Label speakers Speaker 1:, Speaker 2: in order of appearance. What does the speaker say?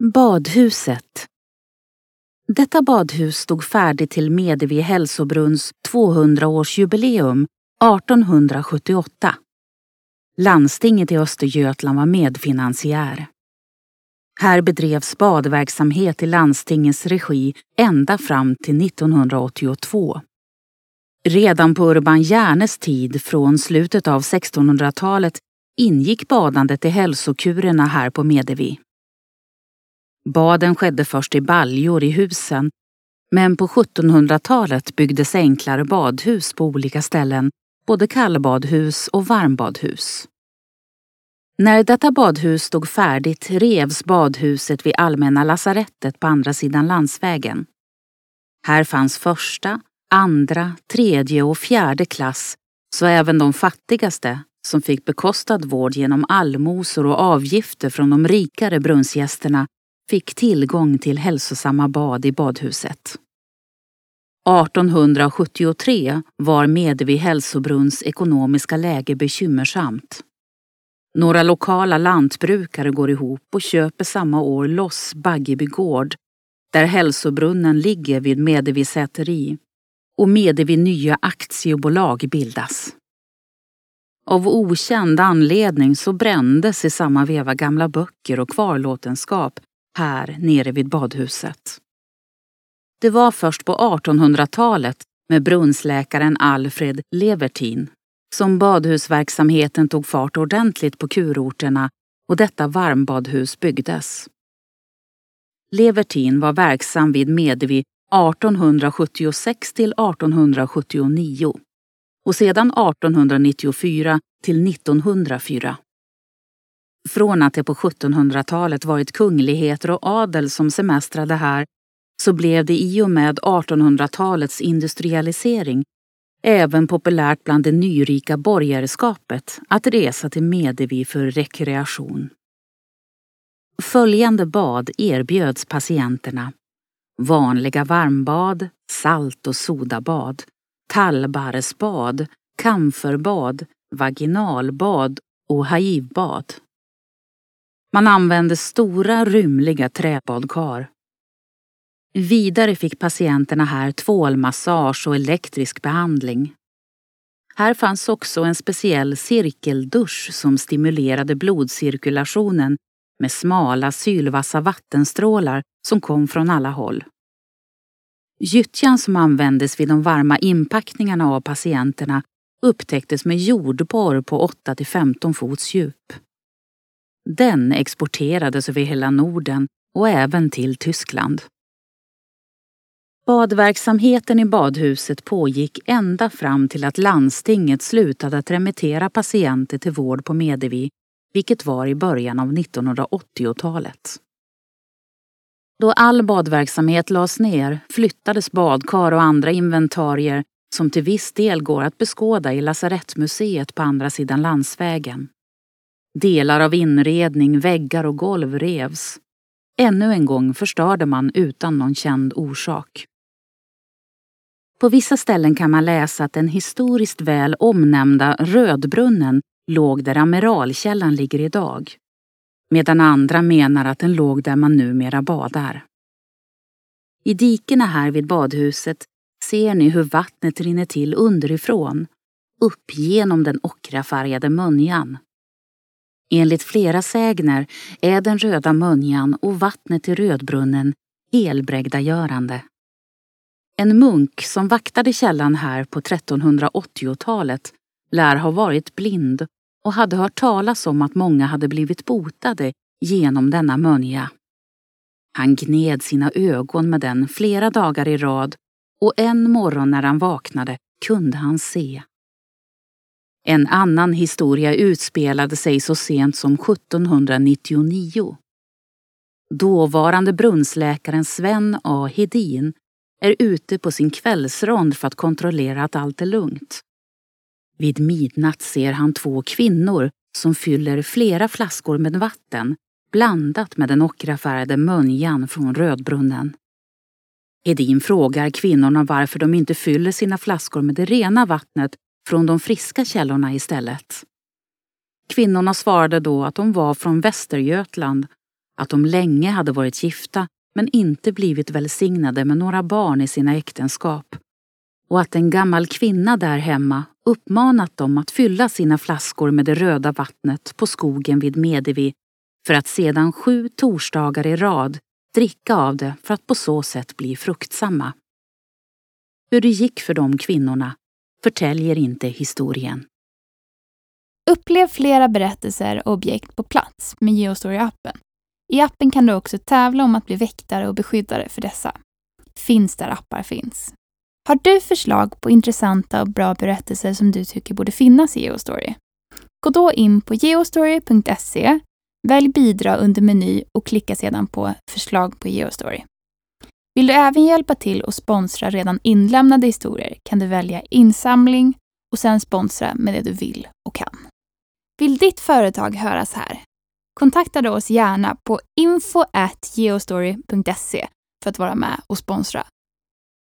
Speaker 1: Badhuset. Detta badhus stod färdigt till Medevi hälsobrunns 200-årsjubileum 1878. Landstinget i Östergötland var medfinansiär. Här bedrevs badverksamhet i landstingets regi ända fram till 1982. Redan på Urban Järnes tid från slutet av 1600-talet ingick badandet i hälsokurerna här på Medevi. Baden skedde först i baljor i husen, men på 1700-talet byggdes enklare badhus på olika ställen, både kallbadhus och varmbadhus. När detta badhus stod färdigt revs badhuset vid Allmänna lasarettet på andra sidan landsvägen. Här fanns första, andra, tredje och fjärde klass, så även de fattigaste, som fick bekostad vård genom allmosor och avgifter från de rikare brunnsgästerna, fick tillgång till hälsosamma bad i badhuset. 1873 var Medevi hälsobrunns ekonomiska läge bekymmersamt. Några lokala lantbrukare går ihop och köper samma år loss Baggeby gård, där hälsobrunnen ligger vid Medevi säteri, och Medevi nya aktiebolag bildas. Av okänd anledning så brändes i samma veva gamla böcker och kvarlåtenskap här nere vid badhuset. Det var först på 1800-talet med brunnsläkaren Alfred Levertin som badhusverksamheten tog fart ordentligt på kurorterna och detta varmbadhus byggdes. Levertin var verksam vid Medevi 1876 till 1879 och sedan 1894 till 1904. Från att det på 1700-talet varit kungligheter och adel som semestrade här så blev det i och med 1800-talets industrialisering även populärt bland det nyrika borgerskapet att resa till Medevi för rekreation. Följande bad erbjöds patienterna: vanliga varmbad, salt- och sodabad, tallbarresbad, kamferbad, vaginalbad och hajivbad. Man använde stora rymliga träbadkar. Vidare fick patienterna här tvålmassage och elektrisk behandling. Här fanns också en speciell cirkeldusch som stimulerade blodcirkulationen med smala sylvassa vattenstrålar som kom från alla håll. Gyttjan som användes vid de varma inpackningarna av patienterna upptäcktes med jordborr på 8-15 fots djup. Den exporterades över hela Norden och även till Tyskland. Badverksamheten i badhuset pågick ända fram till att landstinget slutade att remittera patienter till vård på Medevi, vilket var i början av 1980-talet. Då all badverksamhet lades ner flyttades badkar och andra inventarier som till viss del går att beskåda i lasarettmuseet på andra sidan landsvägen. Delar av inredning, väggar och golv revs. Ännu en gång förstörde man utan någon känd orsak. På vissa ställen kan man läsa att den historiskt väl omnämnda Rödbrunnen låg där Amiralkällan ligger idag, medan andra menar att den låg där man numera badar. I dikena här vid badhuset ser ni hur vattnet rinner till underifrån, upp genom den ockrafärgade munjan. Enligt flera sägner är den röda munjan och vattnet i Rödbrunnen helbrägdagörande. En munk som vaktade källan här på 1380-talet lär ha varit blind och hade hört talas om att många hade blivit botade genom denna munja. Han gned sina ögon med den flera dagar i rad och en morgon när han vaknade kunde han se. En annan historia utspelade sig så sent som 1799. Dåvarande brunnsläkaren Sven A. Hedin är ute på sin kvällsrond för att kontrollera att allt är lugnt. Vid midnatt ser han två kvinnor som fyller flera flaskor med vatten blandat med den ockrafärgade munjan från Rödbrunnen. Hedin frågar kvinnorna varför de inte fyller sina flaskor med det rena vattnet från de friska källorna istället. Kvinnorna svarade då att de var från Västergötland, att de länge hade varit gifta men inte blivit välsignade med några barn i sina äktenskap och att en gammal kvinna där hemma uppmanat dem att fylla sina flaskor med det röda vattnet på skogen vid Medevi för att sedan 7 torsdagar i rad dricka av det för att på så sätt bli fruktsamma. Hur det gick för de kvinnorna förtäljer inte historien.
Speaker 2: Upplev flera berättelser och objekt på plats med Geostory-appen. I appen kan du också tävla om att bli väktare och beskyddare för dessa. Finns där appar finns. Har du förslag på intressanta och bra berättelser som du tycker borde finnas i Geostory? Gå då in på geostory.se, välj bidra under meny och klicka sedan på förslag på Geostory. Vill du även hjälpa till och sponsra redan inlämnade historier kan du välja insamling och sen sponsra med det du vill och kan. Vill ditt företag höras här? Kontakta oss gärna på info@geostory.se för att vara med och sponsra